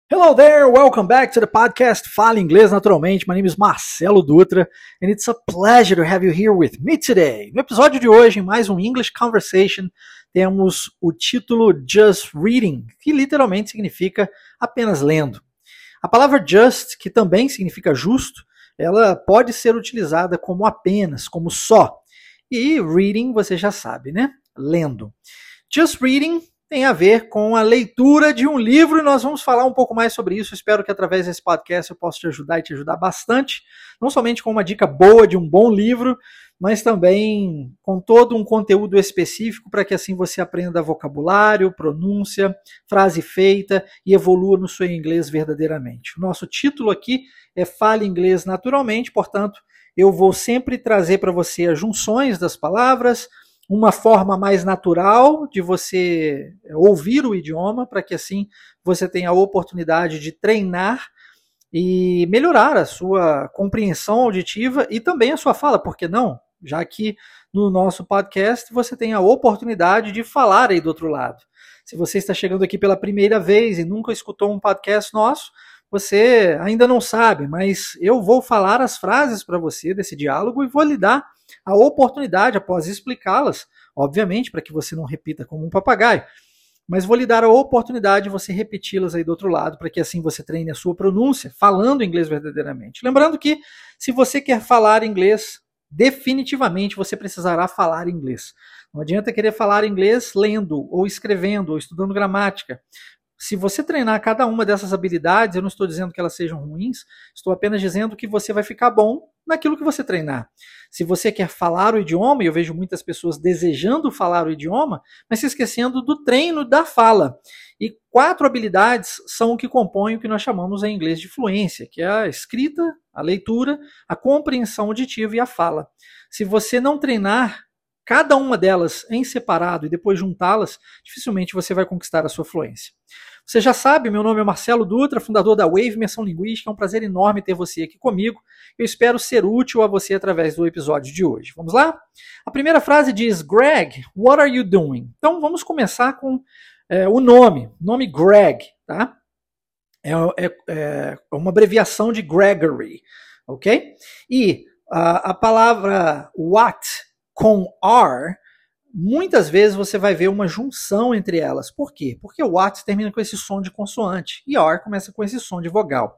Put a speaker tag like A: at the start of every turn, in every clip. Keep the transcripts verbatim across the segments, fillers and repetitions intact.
A: Hello there, welcome back to the podcast Fala Inglês Naturalmente. My name is Marcelo Dutra and it's a pleasure to have you here with me today. No episódio de hoje, em mais um English Conversation, temos o título Just Reading, que literalmente significa apenas lendo. A palavra just, que também significa justo, ela pode ser utilizada como apenas, como só. E reading, você já sabe, né? Lendo. Just reading tem a ver com a leitura de um livro e nós vamos falar um pouco mais sobre isso. Espero que através desse podcast eu possa te ajudar e te ajudar bastante, não somente com uma dica boa de um bom livro, mas também com todo um conteúdo específico para que assim você aprenda vocabulário, pronúncia, frase feita e evolua no seu inglês verdadeiramente. O nosso título aqui é Fale Inglês Naturalmente, portanto, eu vou sempre trazer para você as junções das palavras, uma forma mais natural de você ouvir o idioma, para que assim você tenha a oportunidade de treinar e melhorar a sua compreensão auditiva e também a sua fala, por que não? Já que no nosso podcast você tem a oportunidade de falar aí do outro lado. Se você está chegando aqui pela primeira vez e nunca escutou um podcast nosso, você ainda não sabe, mas eu vou falar as frases para você desse diálogo e vou lhe dar a oportunidade, após explicá-las, obviamente, para que você não repita como um papagaio, mas vou lhe dar a oportunidade de você repeti-las aí do outro lado, para que assim você treine a sua pronúncia, falando inglês verdadeiramente. Lembrando que, se você quer falar inglês, definitivamente você precisará falar inglês. Não adianta querer falar inglês lendo, ou escrevendo, ou estudando gramática. Se você treinar cada uma dessas habilidades, eu não estou dizendo que elas sejam ruins, estou apenas dizendo que você vai ficar bom naquilo que você treinar. Se você quer falar o idioma, e eu vejo muitas pessoas desejando falar o idioma, mas se esquecendo do treino da fala. E quatro habilidades são o que compõem o que nós chamamos em inglês de fluência, que é a escrita, a leitura, a compreensão auditiva e a fala. Se você não treinar cada uma delas em separado e depois juntá-las, dificilmente você vai conquistar a sua fluência. Você já sabe, meu nome é Marcelo Dutra, fundador da Wave Imersão Linguística. É um prazer enorme ter você aqui comigo. Eu espero ser útil a você através do episódio de hoje. Vamos lá? A primeira frase diz, Greg, what are you doing? Então vamos começar com é, o nome, nome Greg, tá? É, é, é uma abreviação de Gregory, ok? E a, a palavra what com are, muitas vezes você vai ver uma junção entre elas. Por quê? Porque o what termina com esse som de consoante e are começa com esse som de vogal.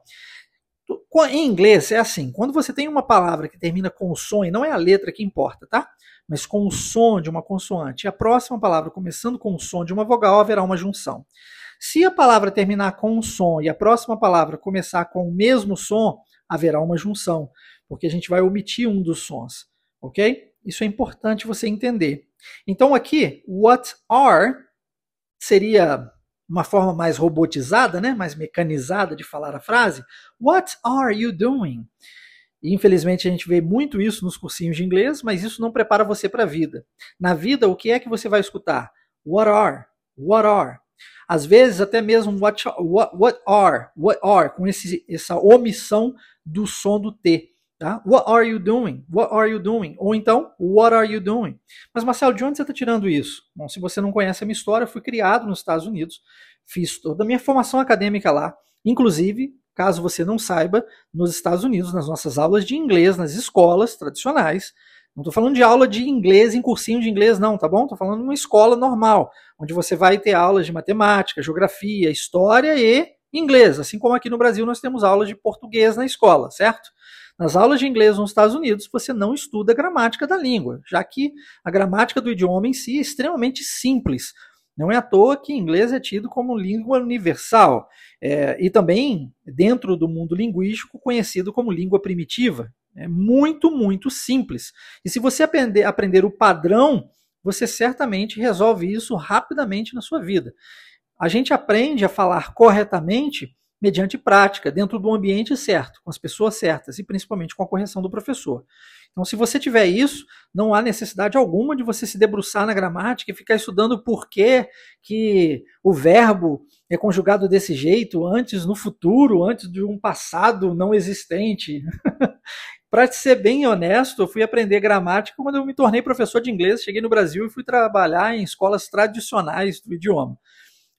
A: Em inglês é assim, quando você tem uma palavra que termina com o som, e não é a letra que importa, tá? Mas com o som de uma consoante, e a próxima palavra começando com o som de uma vogal, haverá uma junção. Se a palavra terminar com um som e a próxima palavra começar com o mesmo som, haverá uma junção, porque a gente vai omitir um dos sons, ok? Isso é importante você entender. Então aqui, what are seria uma forma mais robotizada, né? Mais mecanizada de falar a frase. What are you doing? E, infelizmente a gente vê muito isso nos cursinhos de inglês, mas isso não prepara você para a vida. Na vida, o que é que você vai escutar? What are? What are? Às vezes até mesmo what, what, what are? What are? Com esse, essa omissão do som do T. Tá? What are you doing? What are you doing? Ou então, what are you doing? Mas, Marcelo, de onde você está tirando isso? Bom, se você não conhece a minha história, eu fui criado nos Estados Unidos, fiz toda a minha formação acadêmica lá. Inclusive, caso você não saiba, nos Estados Unidos, nas nossas aulas de inglês, nas escolas tradicionais, não estou falando de aula de inglês em cursinho de inglês, não, tá bom? Estou falando de uma escola normal, onde você vai ter aulas de matemática, geografia, história e inglês. Assim como aqui no Brasil nós temos aulas de português na escola, certo? Nas aulas de inglês nos Estados Unidos, você não estuda a gramática da língua, já que a gramática do idioma em si é extremamente simples. Não é à toa que inglês é tido como língua universal, é, e também, dentro do mundo linguístico, conhecido como língua primitiva. É muito, muito simples. E se você aprender, aprender o padrão, você certamente resolve isso rapidamente na sua vida. A gente aprende a falar corretamente mediante prática, dentro do ambiente certo, com as pessoas certas e principalmente com a correção do professor. Então, se você tiver isso, não há necessidade alguma de você se debruçar na gramática e ficar estudando por que que o verbo é conjugado desse jeito, antes no futuro, antes de um passado não existente. Para ser bem honesto, eu fui aprender gramática quando eu me tornei professor de inglês, cheguei no Brasil e fui trabalhar em escolas tradicionais do idioma.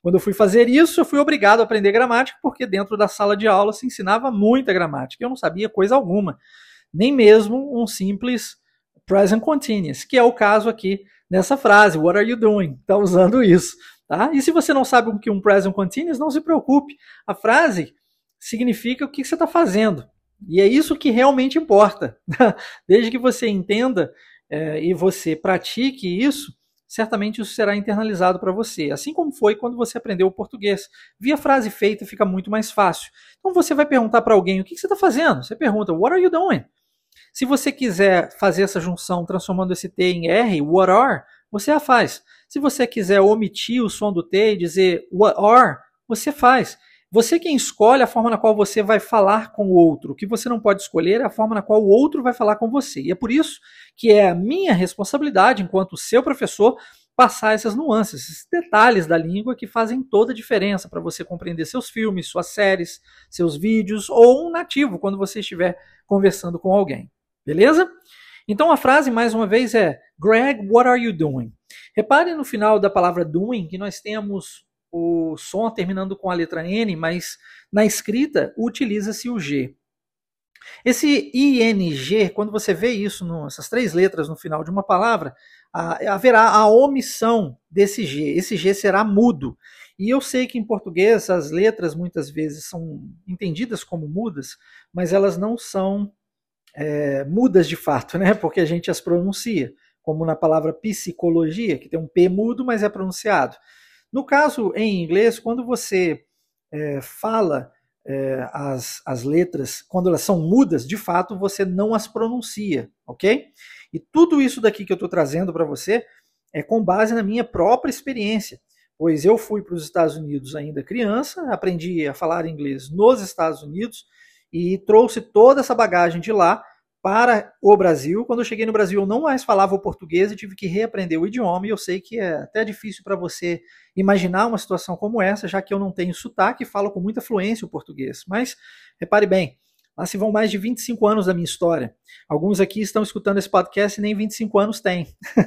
A: Quando eu fui fazer isso, eu fui obrigado a aprender gramática, porque dentro da sala de aula se ensinava muita gramática. Eu não sabia coisa alguma, nem mesmo um simples present continuous, que é o caso aqui nessa frase, what are you doing? Está usando isso. Tá? E se você não sabe o que é um present continuous, não se preocupe. A frase significa o que você está fazendo. E é isso que realmente importa. Desde que você entenda é, e você pratique isso, certamente isso será internalizado para você. Assim como foi quando você aprendeu o português. Via frase feita fica muito mais fácil. Então você vai perguntar para alguém, o que você está fazendo? Você pergunta, what are you doing? Se você quiser fazer essa junção transformando esse T em R, what are, você a faz. Se você quiser omitir o som do T e dizer what are, você faz. Você quem escolhe a forma na qual você vai falar com o outro. O que você não pode escolher é a forma na qual o outro vai falar com você. E é por isso que é a minha responsabilidade, enquanto seu professor, passar essas nuances, esses detalhes da língua que fazem toda a diferença para você compreender seus filmes, suas séries, seus vídeos ou um nativo quando você estiver conversando com alguém. Beleza? Então a frase, mais uma vez, é Greg, what are you doing? Repare no final da palavra doing que nós temos o som terminando com a letra N, mas na escrita utiliza-se o G. Esse I N G, quando você vê isso, no, essas três letras no final de uma palavra, a, haverá a omissão desse G. Esse G será mudo. E eu sei que em português as letras muitas vezes são entendidas como mudas, mas elas não são é, mudas de fato, né? Porque a gente as pronuncia, como na palavra psicologia, que tem um P mudo, mas é pronunciado. No caso, em inglês, quando você é, fala é, as, as letras, quando elas são mudas, de fato, você não as pronuncia, ok? E tudo isso daqui que eu estou trazendo para você é com base na minha própria experiência, pois eu fui para os Estados Unidos ainda criança, aprendi a falar inglês nos Estados Unidos e trouxe toda essa bagagem de lá para o Brasil. Quando eu cheguei no Brasil, eu não mais falava o português e tive que reaprender o idioma, e eu sei que é até difícil para você imaginar uma situação como essa, já que eu não tenho sotaque e falo com muita fluência o português. Mas, repare bem, lá se vão mais de vinte e cinco anos da minha história. Alguns aqui estão escutando esse podcast e nem vinte e cinco anos têm.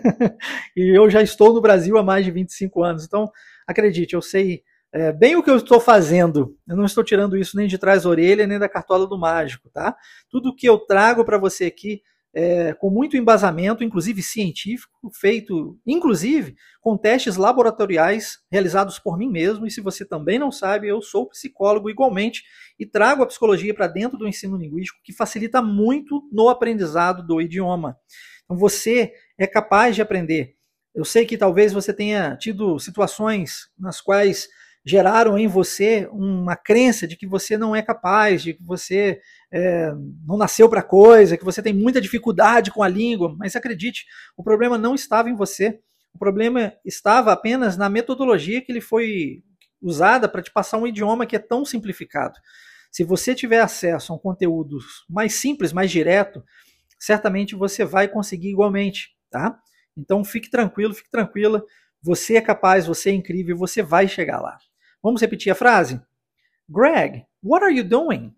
A: E eu já estou no Brasil há mais de vinte e cinco anos. Então, acredite, eu sei É, bem o que eu estou fazendo. Eu não estou tirando isso nem de trás da orelha, nem da cartola do mágico, tá? Tudo que eu trago para você aqui é com muito embasamento, inclusive científico, feito, inclusive, com testes laboratoriais realizados por mim mesmo. E se você também não sabe, eu sou psicólogo igualmente e trago a psicologia para dentro do ensino linguístico, que facilita muito no aprendizado do idioma. Então você é capaz de aprender. Eu sei que talvez você tenha tido situações nas quais geraram em você uma crença de que você não é capaz, de que você é, não nasceu para coisa, que você tem muita dificuldade com a língua, mas acredite, o problema não estava em você, o problema estava apenas na metodologia que ele foi usada para te passar um idioma que é tão simplificado. Se você tiver acesso a um conteúdo mais simples, mais direto, certamente você vai conseguir igualmente, tá? Então fique tranquilo, fique tranquila, você é capaz, você é incrível, você vai chegar lá. Vamos repetir a frase? Greg, what are you doing?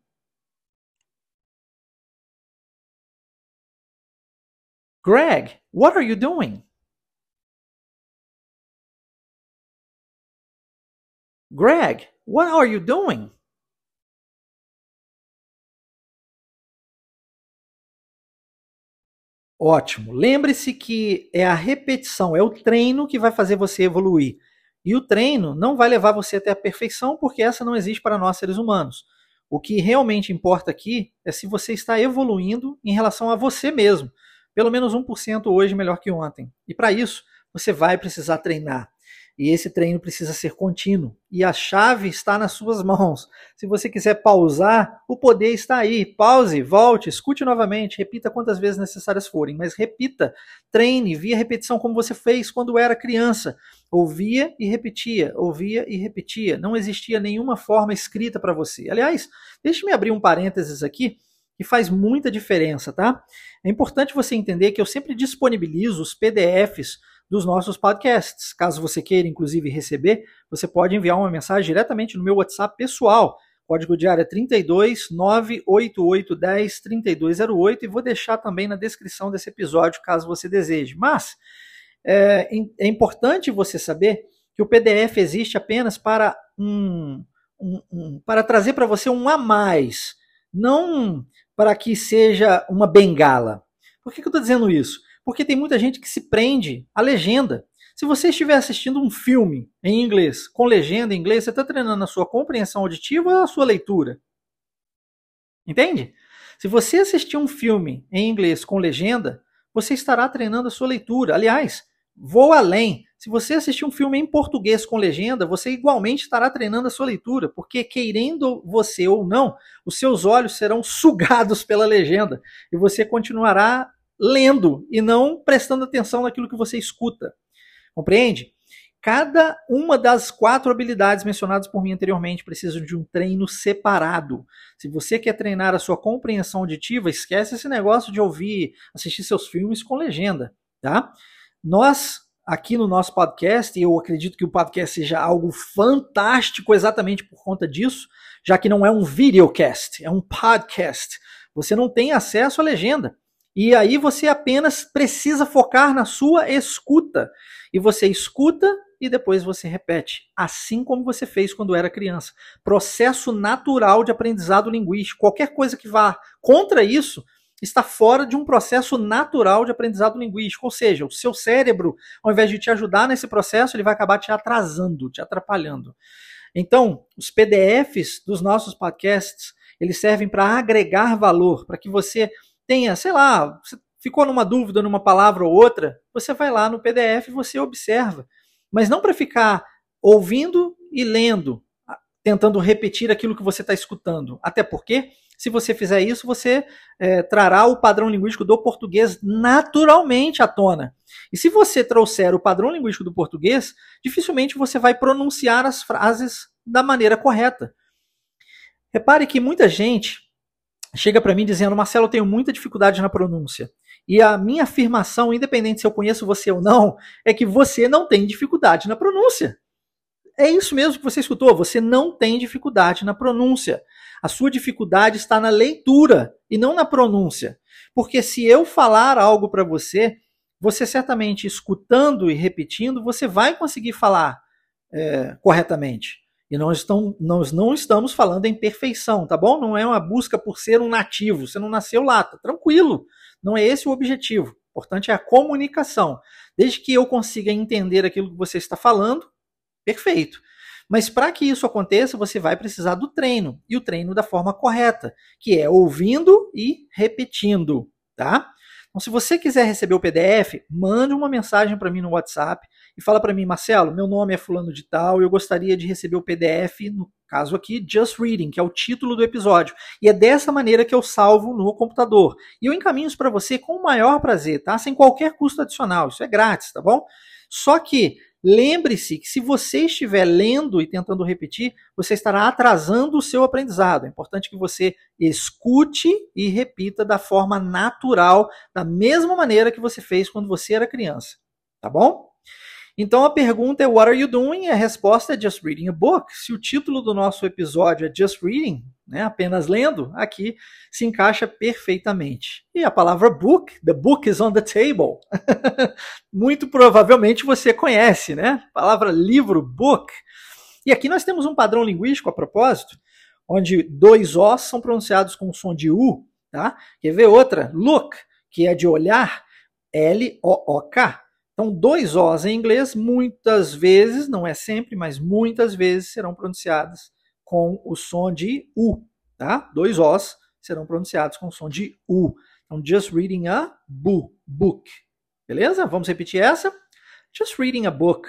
A: Greg, what are you doing? Greg, what are you doing? Ótimo. Lembre-se que é a repetição, é o treino que vai fazer você evoluir. E o treino não vai levar você até a perfeição, porque essa não existe para nós seres humanos. O que realmente importa aqui é se você está evoluindo em relação a você mesmo. Pelo menos um por cento hoje melhor que ontem. E para isso, você vai precisar treinar. E esse treino precisa ser contínuo. E a chave está nas suas mãos. Se você quiser pausar, o poder está aí. Pause, volte, escute novamente, repita quantas vezes necessárias forem. Mas repita, treine, via repetição como você fez quando era criança. Ouvia e repetia, ouvia e repetia. Não existia nenhuma forma escrita para você. Aliás, deixe-me abrir um parênteses aqui, que faz muita diferença, tá? É importante você entender que eu sempre disponibilizo os P D Fs dos nossos podcasts. Caso você queira, inclusive, receber, você pode enviar uma mensagem diretamente no meu WhatsApp pessoal. Código de área é trinta e dois, nove oito oito um zero, trinta e dois zero oito, e vou deixar também na descrição desse episódio, caso você deseje. Mas é, é importante você saber que o P D F existe apenas para um, um, um para trazer para você um a mais, não para que seja uma bengala. Por que, que eu estou dizendo isso? Porque tem muita gente que se prende à legenda. Se você estiver assistindo um filme em inglês, com legenda em inglês, você está treinando a sua compreensão auditiva ou a sua leitura? Entende? Se você assistir um filme em inglês com legenda, você estará treinando a sua leitura. Aliás, vou além. Se você assistir um filme em português com legenda, você igualmente estará treinando a sua leitura, porque querendo você ou não, os seus olhos serão sugados pela legenda e você continuará lendo e não prestando atenção naquilo que você escuta. Compreende? Cada uma das quatro habilidades mencionadas por mim anteriormente precisa de um treino separado. Se você quer treinar a sua compreensão auditiva, esquece esse negócio de ouvir, assistir seus filmes com legenda, tá? Nós, aqui no nosso podcast, e eu acredito que o podcast seja algo fantástico exatamente por conta disso, já que não é um videocast, é um podcast. Você não tem acesso à legenda. E aí você apenas precisa focar na sua escuta. E você escuta e depois você repete, assim como você fez quando era criança. Processo natural de aprendizado linguístico. Qualquer coisa que vá contra isso está fora de um processo natural de aprendizado linguístico. Ou seja, o seu cérebro, ao invés de te ajudar nesse processo, ele vai acabar te atrasando, te atrapalhando. Então, os P D Fs dos nossos podcasts, eles servem para agregar valor, para que você tenha, sei lá, você ficou numa dúvida numa palavra ou outra, você vai lá no P D F e você observa. Mas não para ficar ouvindo e lendo, tentando repetir aquilo que você está escutando. Até porque, se você fizer isso, você é, trará o padrão linguístico do português naturalmente à tona. E se você trouxer o padrão linguístico do português, dificilmente você vai pronunciar as frases da maneira correta. Repare que muita gente chega para mim dizendo, Marcelo, eu tenho muita dificuldade na pronúncia. E a minha afirmação, independente se eu conheço você ou não, é que você não tem dificuldade na pronúncia. É isso mesmo que você escutou, você não tem dificuldade na pronúncia. A sua dificuldade está na leitura e não na pronúncia. Porque se eu falar algo para você, você certamente escutando e repetindo, você vai conseguir falar é, corretamente. E nós, estão, nós não estamos falando em perfeição, tá bom? Não é uma busca por ser um nativo. Você não nasceu lá, tá tranquilo. Não é esse o objetivo. O importante é a comunicação. Desde que eu consiga entender aquilo que você está falando, perfeito. Mas para que isso aconteça, você vai precisar do treino. E o treino da forma correta, que é ouvindo e repetindo, tá? Então, se você quiser receber o P D F, mande uma mensagem para mim no WhatsApp e fala para mim, Marcelo, meu nome é fulano de tal e eu gostaria de receber o P D F, no caso aqui, Just Reading, que é o título do episódio. E é dessa maneira que eu salvo no computador. E eu encaminho isso para você com o maior prazer, tá? Sem qualquer custo adicional. Isso é grátis, tá bom? Só que lembre-se que se você estiver lendo e tentando repetir, você estará atrasando o seu aprendizado. É importante que você escute e repita da forma natural, da mesma maneira que você fez quando você era criança. Tá bom? Então a pergunta é What are you doing? E a resposta é Just reading a book. Se o título do nosso episódio é Just reading, né, apenas lendo, aqui se encaixa perfeitamente. E a palavra book, the book is on the table. Muito provavelmente você conhece, né? A palavra livro, book. E aqui nós temos um padrão linguístico a propósito, onde dois Os são pronunciados com o som de U, tá? Quer ver outra? Look, que é de olhar, L O O K. Então, dois Os em inglês, muitas vezes, não é sempre, mas muitas vezes serão pronunciadas com o som de U, tá? Dois Os serão pronunciados com o som de U. Então, just reading a bu, book. Beleza? Vamos repetir essa? Just reading a book.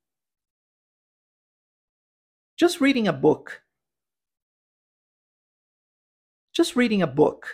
A: Just reading a book. Just reading a book.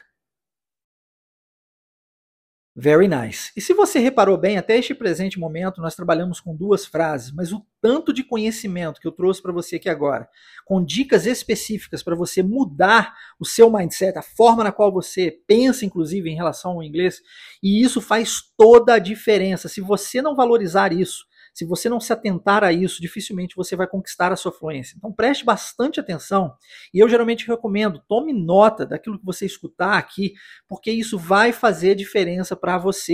A: Very nice. E se você reparou bem, até este presente momento nós trabalhamos com duas frases, mas o tanto de conhecimento que eu trouxe para você aqui agora, com dicas específicas para você mudar o seu mindset, a forma na qual você pensa, inclusive, em relação ao inglês, e isso faz toda a diferença. Se você não valorizar isso, se você não se atentar a isso, dificilmente você vai conquistar a sua fluência. Então preste bastante atenção e eu geralmente recomendo, tome nota daquilo que você escutar aqui, porque isso vai fazer diferença para você.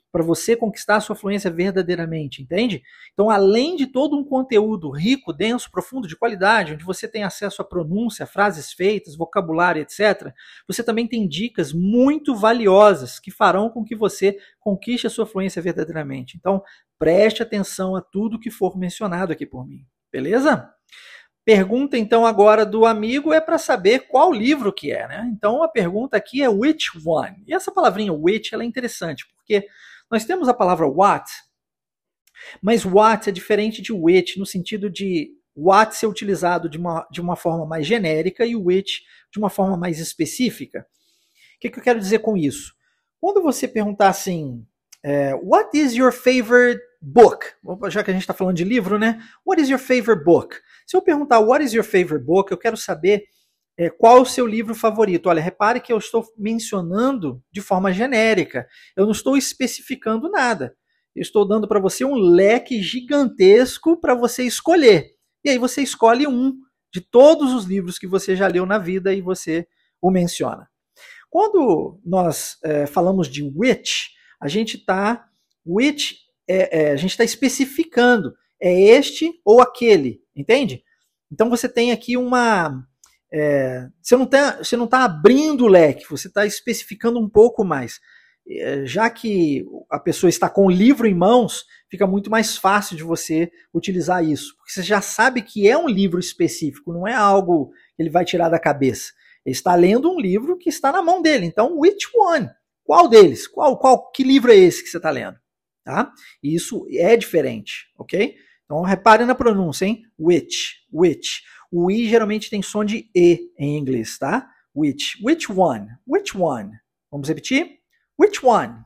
A: para você conquistar a sua fluência verdadeiramente, entende? Então, além de todo um conteúdo rico, denso, profundo, de qualidade, onde você tem acesso à pronúncia, frases feitas, vocabulário, etcétera, você também tem dicas muito valiosas que farão com que você conquiste a sua fluência verdadeiramente. Então, preste atenção a tudo que for mencionado aqui por mim, beleza? Pergunta, então, agora do amigo é para saber qual livro que é, né? Então, a pergunta aqui é which one? E essa palavrinha which, ela é interessante, porque nós temos a palavra what, mas what é diferente de which, no sentido de what ser utilizado de uma, de uma forma mais genérica e which de uma forma mais específica. O que, que eu quero dizer com isso? Quando você perguntar assim, é, what is your favorite book? Já que a gente está falando de livro, né? What is your favorite book? Se eu perguntar what is your favorite book, eu quero saber é, qual é o seu livro favorito. Olha, repare que eu estou mencionando de forma genérica. Eu não estou especificando nada. Eu estou dando para você um leque gigantesco para você escolher. E aí você escolhe um de todos os livros que você já leu na vida e você o menciona. Quando nós é, falamos de which, a gente está which é, é, a gente está especificando. É este ou aquele, entende? Então você tem aqui uma... É, você não está você não tá abrindo o leque, você está especificando um pouco mais. É, já que a pessoa está com o livro em mãos, fica muito mais fácil de você utilizar isso. Porque você já sabe que é um livro específico, não é algo que ele vai tirar da cabeça. Ele está lendo um livro que está na mão dele. Então, which one? Qual deles? Qual, qual, que livro é esse que você está lendo? Tá? E isso é diferente, ok? Então, repare na pronúncia, hein? Which, which. O I geralmente tem som de E em inglês, tá? Which, which one, which one. Vamos repetir? Which one?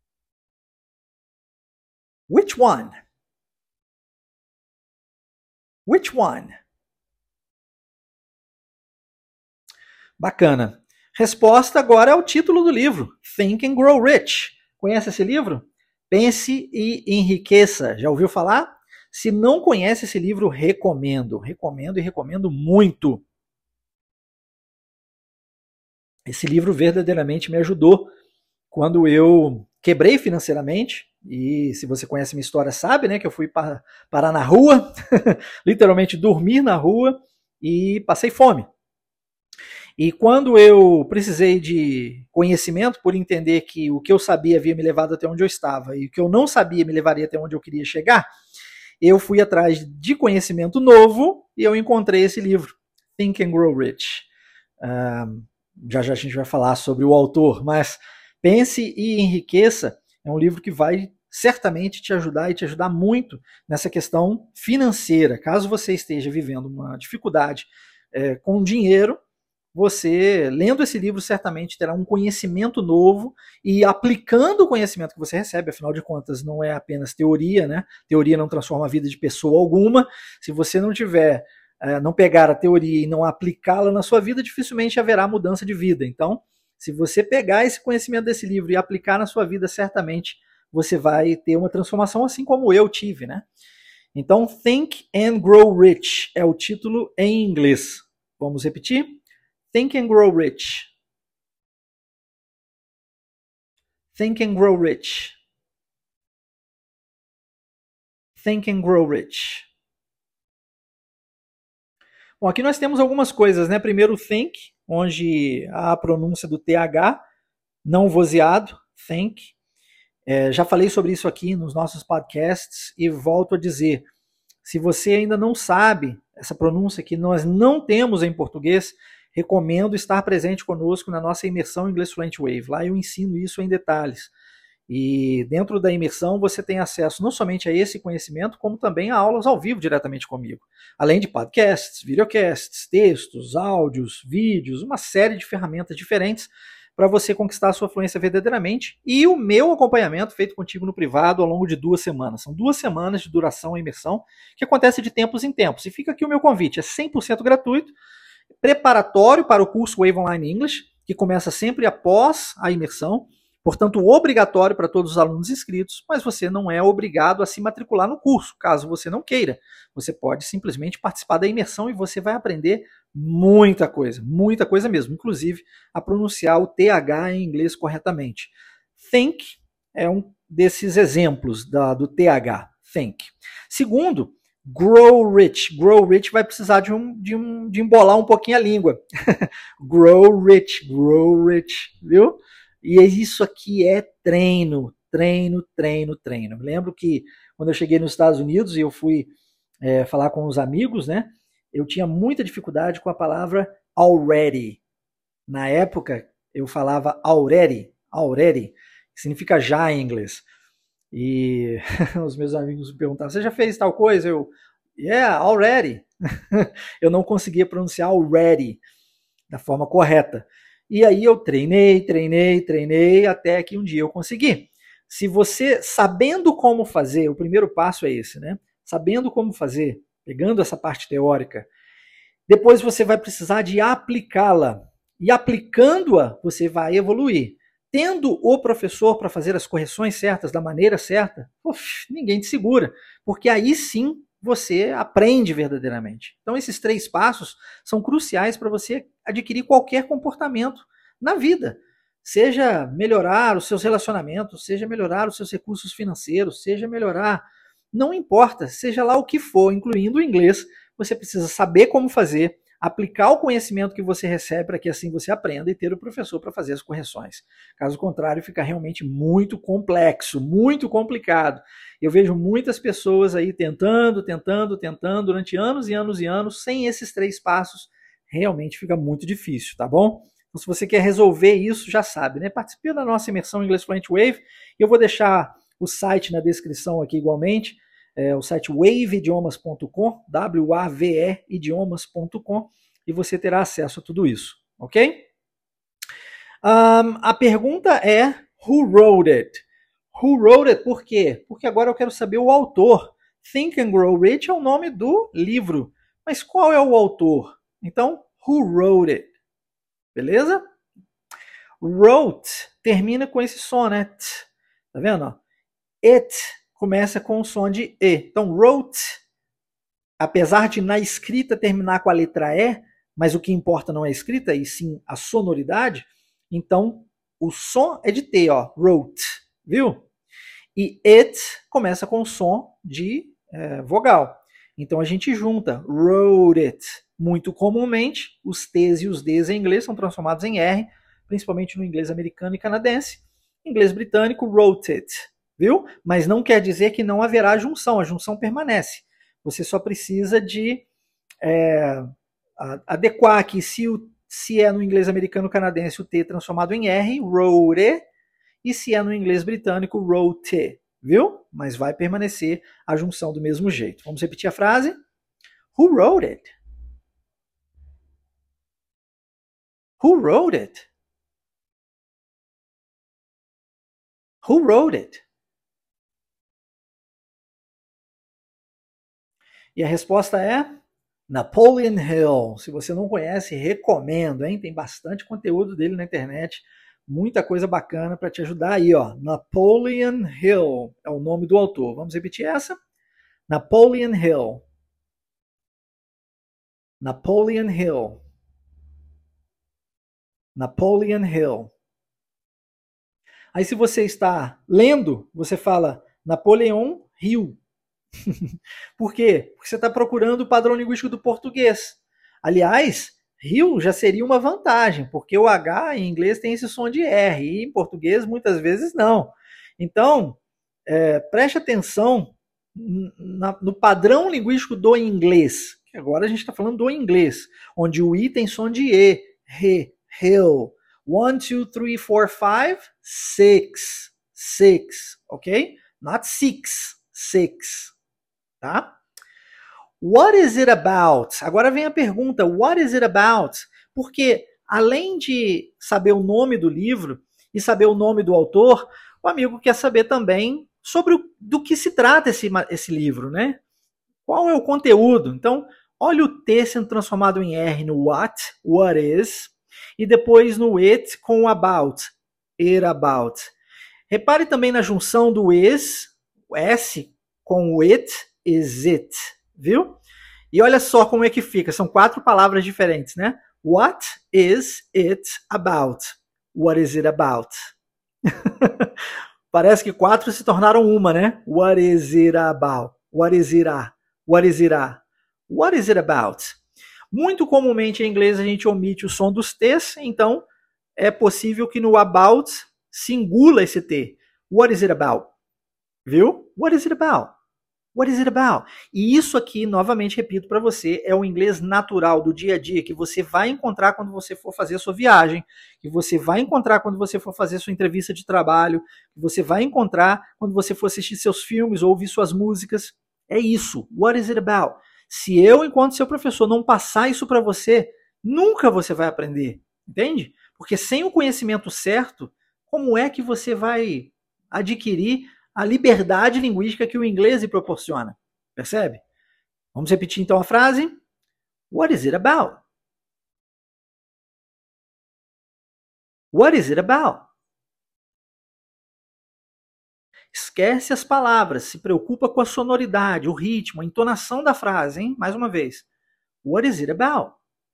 A: Which one? Which one? Bacana. Resposta agora é o título do livro, Think and Grow Rich. Conhece esse livro? Pense e Enriqueça. Já ouviu falar? Se não conhece esse livro, recomendo. Recomendo e recomendo muito. Esse livro verdadeiramente me ajudou quando eu quebrei financeiramente. E se você conhece minha história, sabe, né, que eu fui para, parar na rua, literalmente dormir na rua e passei fome. E quando eu precisei de conhecimento por entender que o que eu sabia havia me levado até onde eu estava e o que eu não sabia me levaria até onde eu queria chegar, eu fui atrás de conhecimento novo e eu encontrei esse livro, Think and Grow Rich. Um, já já a gente vai falar sobre o autor, mas Pense e Enriqueça é um livro que vai certamente te ajudar e te ajudar muito nessa questão financeira. Caso você esteja vivendo uma dificuldade é, com dinheiro, você, lendo esse livro, certamente terá um conhecimento novo e aplicando o conhecimento que você recebe, afinal de contas, não é apenas teoria, né? Teoria não transforma a vida de pessoa alguma. Se você não tiver, não pegar a teoria e não aplicá-la na sua vida, dificilmente haverá mudança de vida. Então, se você pegar esse conhecimento desse livro e aplicar na sua vida, certamente você vai ter uma transformação assim como eu tive, né? Então, Think and Grow Rich é o título em inglês. Vamos repetir? Think and Grow Rich. Think and Grow Rich. Think and Grow Rich. Bom, aqui nós temos algumas coisas, né? Primeiro, think, onde há a pronúncia do T H, não vozeado, think. É, já falei sobre isso aqui nos nossos podcasts e volto a dizer, se você ainda não sabe essa pronúncia que nós não temos em português, recomendo estar presente conosco na nossa imersão English Fluent Wave. Lá eu ensino isso em detalhes. E dentro da imersão você tem acesso não somente a esse conhecimento, como também a aulas ao vivo diretamente comigo. Além de podcasts, videocasts, textos, áudios, vídeos, uma série de ferramentas diferentes para você conquistar a sua fluência verdadeiramente. E o meu acompanhamento feito contigo no privado ao longo de duas semanas. São duas semanas de duração a imersão, que acontece de tempos em tempos. E fica aqui o meu convite, é cem por cento gratuito, preparatório para o curso Wave Online English, que começa sempre após a imersão, portanto obrigatório para todos os alunos inscritos, mas você não é obrigado a se matricular no curso, caso você não queira. Você pode simplesmente participar da imersão e você vai aprender muita coisa, muita coisa mesmo, inclusive a pronunciar o T H em inglês corretamente. Think é um desses exemplos da, do T H, think. Segundo, grow rich. Grow rich vai precisar de, um, de, um, de embolar um pouquinho a língua. Grow rich, grow rich, viu? E isso aqui é treino, treino, treino, treino. Lembro que quando eu cheguei nos Estados Unidos e eu fui é, falar com os amigos, né? Eu tinha muita dificuldade com a palavra already. Na época, eu falava already, already, que significa já em inglês. E os meus amigos me perguntavam, você já fez tal coisa? Eu, yeah, already. Eu não conseguia pronunciar already da forma correta. E aí eu treinei, treinei, treinei, até que um dia eu consegui. Se você, sabendo como fazer, o primeiro passo é esse, né? Sabendo como fazer, pegando essa parte teórica, depois você vai precisar de aplicá-la. E aplicando-a, você vai evoluir. Tendo o professor para fazer as correções certas, da maneira certa, uf, ninguém te segura. Porque aí sim você aprende verdadeiramente. Então esses três passos são cruciais para você adquirir qualquer comportamento na vida. Seja melhorar os seus relacionamentos, seja melhorar os seus recursos financeiros, seja melhorar, não importa, seja lá o que for, incluindo o inglês, você precisa saber como fazer, aplicar o conhecimento que você recebe para que assim você aprenda e ter o professor para fazer as correções. Caso contrário, fica realmente muito complexo, muito complicado. Eu vejo muitas pessoas aí tentando, tentando, tentando, durante anos e anos e anos, sem esses três passos, realmente fica muito difícil, tá bom? Então, se você quer resolver isso, já sabe, né? Participe da nossa imersão English Fluent Wave. Eu vou deixar o site na descrição aqui igualmente. É o site wave idiomas ponto com, W A V E idiomas ponto com, e você terá acesso a tudo isso, ok? Um, a pergunta é, who wrote it? Who wrote it? Por quê? Porque agora eu quero saber o autor. Think and Grow Rich é o nome do livro, mas qual é o autor? Então, who wrote it? Beleza? Wrote termina com esse som, né? T, tá vendo? It começa com o som de E. Então, wrote, apesar de na escrita terminar com a letra E, mas o que importa não é a escrita, e sim a sonoridade, então o som é de T, ó, wrote, viu? E it começa com o som de é, vogal. Então a gente junta, wrote it. Muito comumente, os T's e os D's em inglês são transformados em R, principalmente no inglês americano e canadense. Em inglês britânico, wrote it. Viu? Mas não quer dizer que não haverá junção, a junção permanece. Você só precisa de é, adequar aqui, se, o, se é no inglês americano-canadense o T transformado em R, wrote, e se é no inglês britânico, wrote, viu? Mas vai permanecer a junção do mesmo jeito. Vamos repetir a frase? Who wrote it? Who wrote it? Who wrote it? E a resposta é Napoleon Hill. Se você não conhece, recomendo, hein? Tem bastante conteúdo dele na internet, muita coisa bacana para te ajudar aí, ó. Napoleon Hill é o nome do autor. Vamos repetir essa? Napoleon Hill. Napoleon Hill. Napoleon Hill. Aí se você está lendo, você fala Napoleon Hill. Por quê? Porque você está procurando o padrão linguístico do português. Aliás, Hill já seria uma vantagem, porque o H em inglês tem esse som de R, e em português muitas vezes não. Então, é, preste atenção na, no padrão linguístico do inglês, que agora a gente está falando do inglês, onde o I tem som de E, Re, Hill. One, two, three, four, five, six, six, ok? Not six, six. Tá? What is it about? Agora vem a pergunta, what is it about? Porque além de saber o nome do livro e saber o nome do autor, o amigo quer saber também sobre o, do que se trata esse, esse livro, né? Qual é o conteúdo? Então, olha o T sendo transformado em R no what, what is, e depois no it com o about, it about. Repare também na junção do is, o S com o it, is it, viu? E olha só como é que fica, são quatro palavras diferentes, né? What is it about? What is it about? Parece que quatro se tornaram uma, né? What is it about? What is it a? What is it a? What is it about? Muito comumente em inglês a gente omite o som dos T's, então é possível que no about se engula esse T. What is it about? Viu? What is it about? What is it about? E isso aqui, novamente repito para você, é o inglês natural do dia a dia que você vai encontrar quando você for fazer a sua viagem, que você vai encontrar quando você for fazer sua entrevista de trabalho, que você vai encontrar quando você for assistir seus filmes ou ouvir suas músicas. É isso. What is it about? Se eu, enquanto seu professor, não passar isso para você, nunca você vai aprender. Entende? Porque sem o conhecimento certo, como é que você vai adquirir a liberdade linguística que o inglês lhe proporciona? Percebe? Vamos repetir então a frase. What is it about? What is it about? Esquece as palavras, se preocupa com a sonoridade, o ritmo, a entonação da frase, hein? Mais uma vez. What is it about?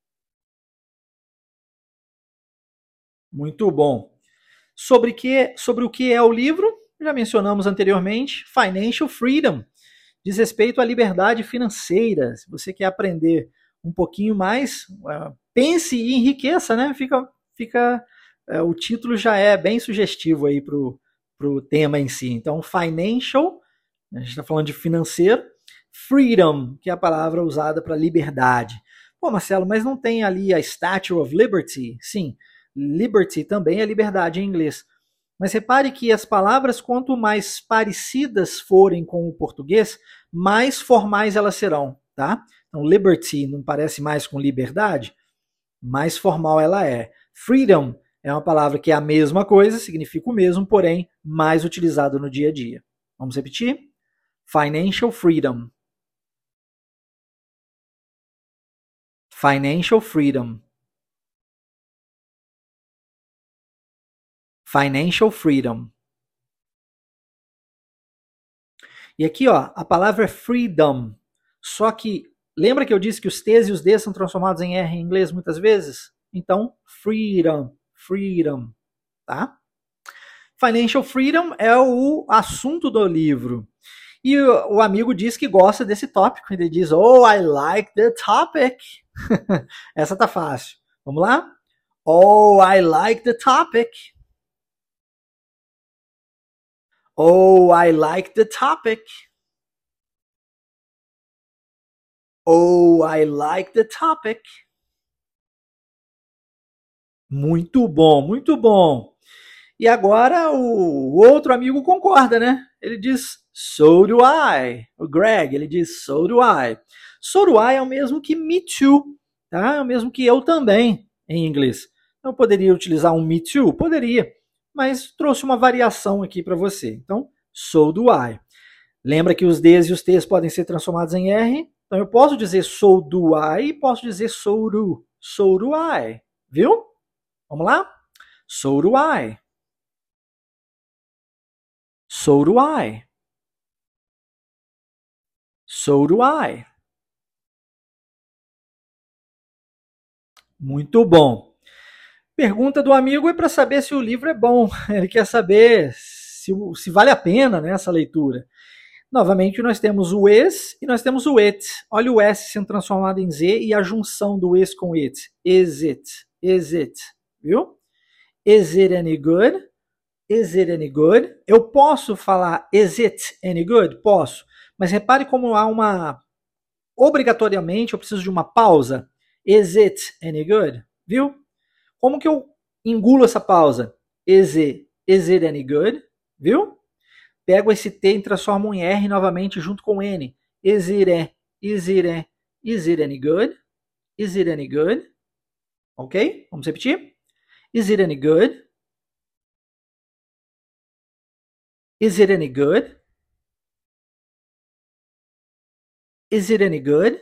A: Muito bom. Sobre, que, sobre o que é o livro? Já mencionamos anteriormente, Financial Freedom, diz respeito à liberdade financeira. Se você quer aprender um pouquinho mais, uh, pense e enriqueça, né? Fica, fica, uh, o título já é bem sugestivo aí para o tema em si. Então, Financial, a gente está falando de financeiro, Freedom, que é a palavra usada para liberdade. Pô, Marcelo, mas não tem ali a Statue of Liberty? Sim, Liberty também é liberdade em inglês. Mas repare que as palavras, quanto mais parecidas forem com o português, mais formais elas serão, tá? Então, liberty não parece mais com liberdade? Mais formal ela é. Freedom é uma palavra que é a mesma coisa, significa o mesmo, porém mais utilizada no dia a dia. Vamos repetir? Financial freedom. Financial freedom. Financial freedom. E aqui, ó, a palavra é freedom. Só que, lembra que eu disse que os T's e os D's são transformados em R em inglês muitas vezes? Então, freedom, freedom, tá? Financial freedom é o assunto do livro. E o, o amigo diz que gosta desse tópico. Ele diz, oh, I like the topic. Essa tá fácil. Vamos lá? Oh, I like the topic. Oh, I like the topic. Oh, I like the topic. Muito bom, muito bom. E agora o outro amigo concorda, né? Ele diz, so do I. O Greg, ele diz, so do I. So do I é o mesmo que me too, tá? É o mesmo que eu também, em inglês. Eu poderia utilizar um me too? Poderia. Mas trouxe uma variação aqui para você. Então, so do I. Lembra que os D's e os T's podem ser transformados em R? Então, eu posso dizer so do I e posso dizer so do. So do I. Viu? Vamos lá? So do I. So do I. So do I. Muito bom. Pergunta do amigo é para saber se o livro é bom. Ele quer saber se, se vale a pena, né, essa leitura. Novamente, nós temos o is e nós temos o it. Olha o S sendo transformado em Z e a junção do is com it. Is it? Is it? Viu? Is it any good? Is it any good? Eu posso falar is it any good? Posso. Mas repare como há uma... Obrigatoriamente, eu preciso de uma pausa. Is it any good? Viu? Como que eu engulo essa pausa? Is it, is it any good? Viu? Pego esse T e transformo em R novamente junto com N. Is it, a, is it, a, is it any good? Is it any good? Ok? Vamos repetir? Is it any good? Is it any good? Is it any good?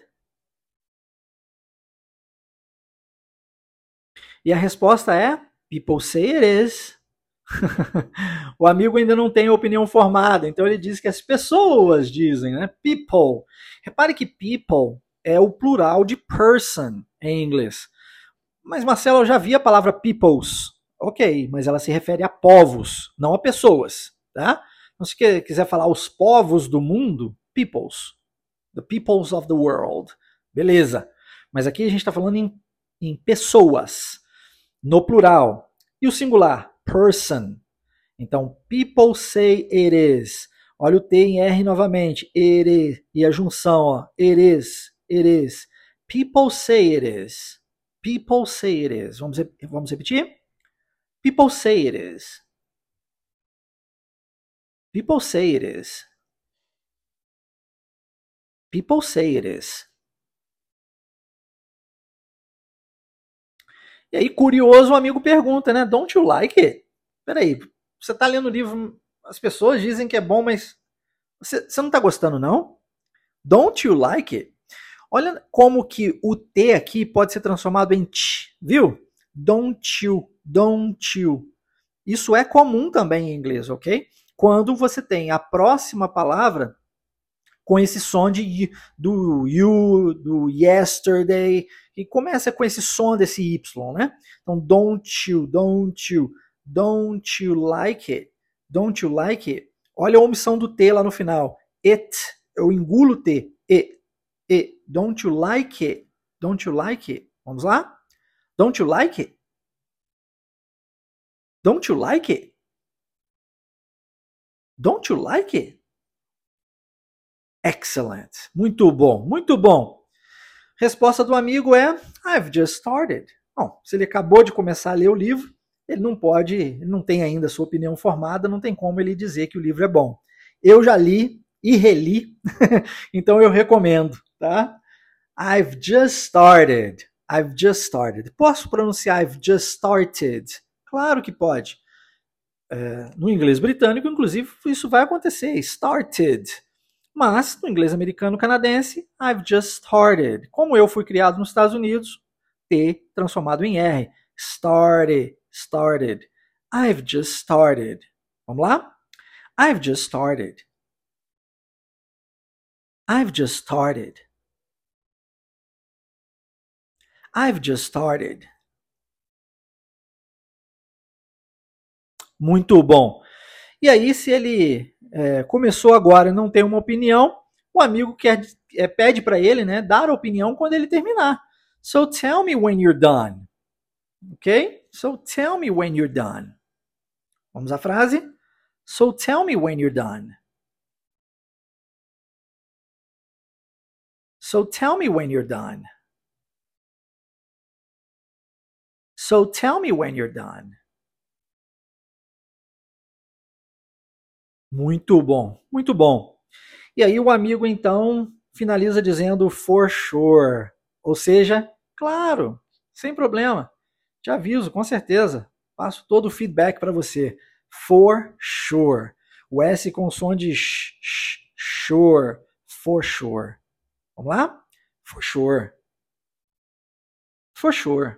A: E a resposta é people say it is. O amigo ainda não tem opinião formada, então ele diz que as pessoas dizem, né? People. Repare que people é o plural de person em inglês. Mas, Marcelo, eu já vi a palavra peoples. Ok, mas ela se refere a povos, não a pessoas. tá? Então, se quiser falar os povos do mundo, peoples. The peoples of the world. Beleza. Mas aqui a gente está falando em, em pessoas, no plural. E o singular? Person. Então, people say it is. Olha o T em R novamente. It is. E a junção, ó. It is. It is. People say it is. People say it is. Vamos, vamos repetir? People say it is. People say it is. People say it is. E aí, curioso, o amigo pergunta, né? Don't you like it? Peraí, você está lendo o livro, as pessoas dizem que é bom, mas você, você não está gostando, não? Don't you like it? Olha como que o T aqui pode ser transformado em T, viu? Don't you, don't you. Isso é comum também em inglês, ok? Quando você tem a próxima palavra com esse som de, do you, do yesterday, e começa com esse som desse Y, né? Então, don't you, don't you, don't you like it? Don't you like it? Olha a omissão do T lá no final. It, eu engulo o T. E, e, don't you like it? Don't you like it? Vamos lá? Don't you like it? Don't you like it? Don't you like it? Excellent. Muito bom, muito bom. Resposta do amigo é I've just started. Bom, se ele acabou de começar a ler o livro, ele não pode, ele não tem ainda sua opinião formada, não tem como ele dizer que o livro é bom. Eu já li e reli, então eu recomendo, tá? I've just started. I've just started. Posso pronunciar I've just started? Claro que pode. É, no inglês britânico, inclusive, isso vai acontecer. Started. Mas, no inglês americano-canadense, I've just started. Como eu fui criado nos Estados Unidos, T transformado em R. Started, started. I've just started. Vamos lá? I've just started. I've just started. I've just started. Muito bom. E aí, se ele é, começou agora e não tem uma opinião, o amigo quer, é, pede para ele, né, dar a opinião quando ele terminar. So tell me when you're done. Ok? So tell me when you're done. Vamos à frase? So tell me when you're done. So tell me when you're done. So tell me when you're done. Muito bom, muito bom. E aí o amigo então finaliza dizendo for sure, ou seja, claro, sem problema. Te aviso, com certeza. Passo todo o feedback para você. For sure. O S com som de sh, sh, sure, for sure. Vamos lá? For sure. For sure.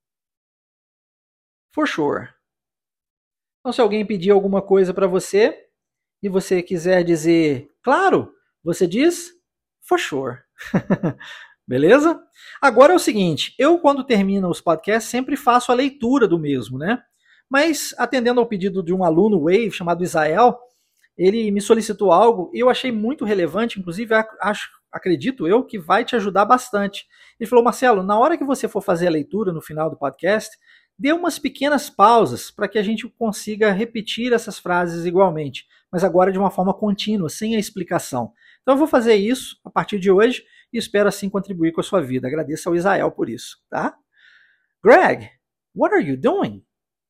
A: For sure. Então, se alguém pedir alguma coisa para você e você quiser dizer claro, você diz for sure. Beleza? Agora é o seguinte, eu quando termino os podcasts sempre faço a leitura do mesmo, né? Mas atendendo ao pedido de um aluno Wave chamado Israel, ele me solicitou algo e eu achei muito relevante, inclusive acho, acredito eu, que vai te ajudar bastante. Ele falou, Marcelo, na hora que você for fazer a leitura no final do podcast, dê umas pequenas pausas para que a gente consiga repetir essas frases igualmente, mas agora de uma forma contínua, sem a explicação. Então eu vou fazer isso a partir de hoje e espero assim contribuir com a sua vida. Agradeço ao Israel por isso, tá? Greg, what are you doing?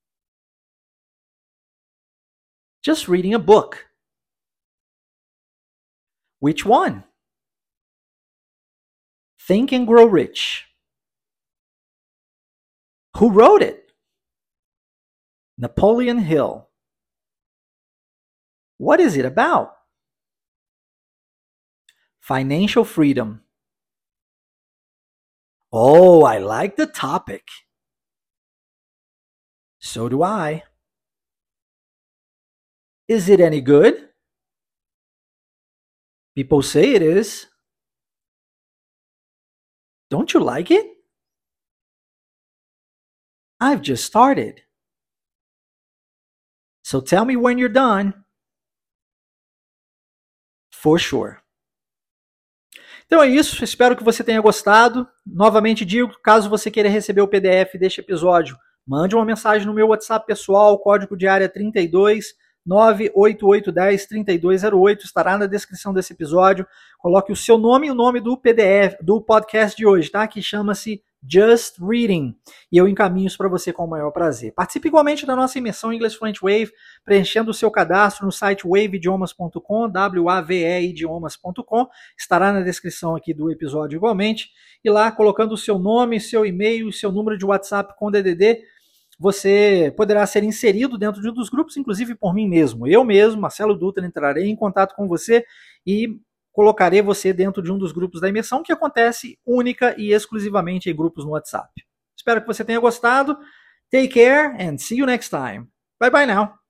A: Just reading a book. Which one? Think and Grow Rich. Who wrote it? Napoleon Hill. What is it about? Financial freedom. Oh, I like the topic. So do I. Is it any good? People say it is. Don't you like it? I've just started. So tell me when you're done. for sure. Então é isso, espero que você tenha gostado. Novamente digo, caso você queira receber o P D F deste episódio, mande uma mensagem no meu WhatsApp pessoal, código de área trinta e dois, nove oito oito um zero, três dois zero oito, estará na descrição desse episódio. Coloque o seu nome e o nome do P D F, do podcast de hoje, tá? Que chama-se Just Reading, e eu encaminho isso para você com o maior prazer. Participe igualmente da nossa imersão English Fluent Wave, preenchendo o seu cadastro no site wave idiomas ponto com, W A V E idiomas ponto com, estará na descrição aqui do episódio igualmente, e lá colocando o seu nome, seu e-mail, seu número de WhatsApp com D D D, você poderá ser inserido dentro de um dos grupos, inclusive por mim mesmo. Eu mesmo, Marcelo Dutra, entrarei em contato com você e colocarei você dentro de um dos grupos da imersão, que acontece única e exclusivamente em grupos no WhatsApp. Espero que você tenha gostado. Take care and see you next time. Bye bye now.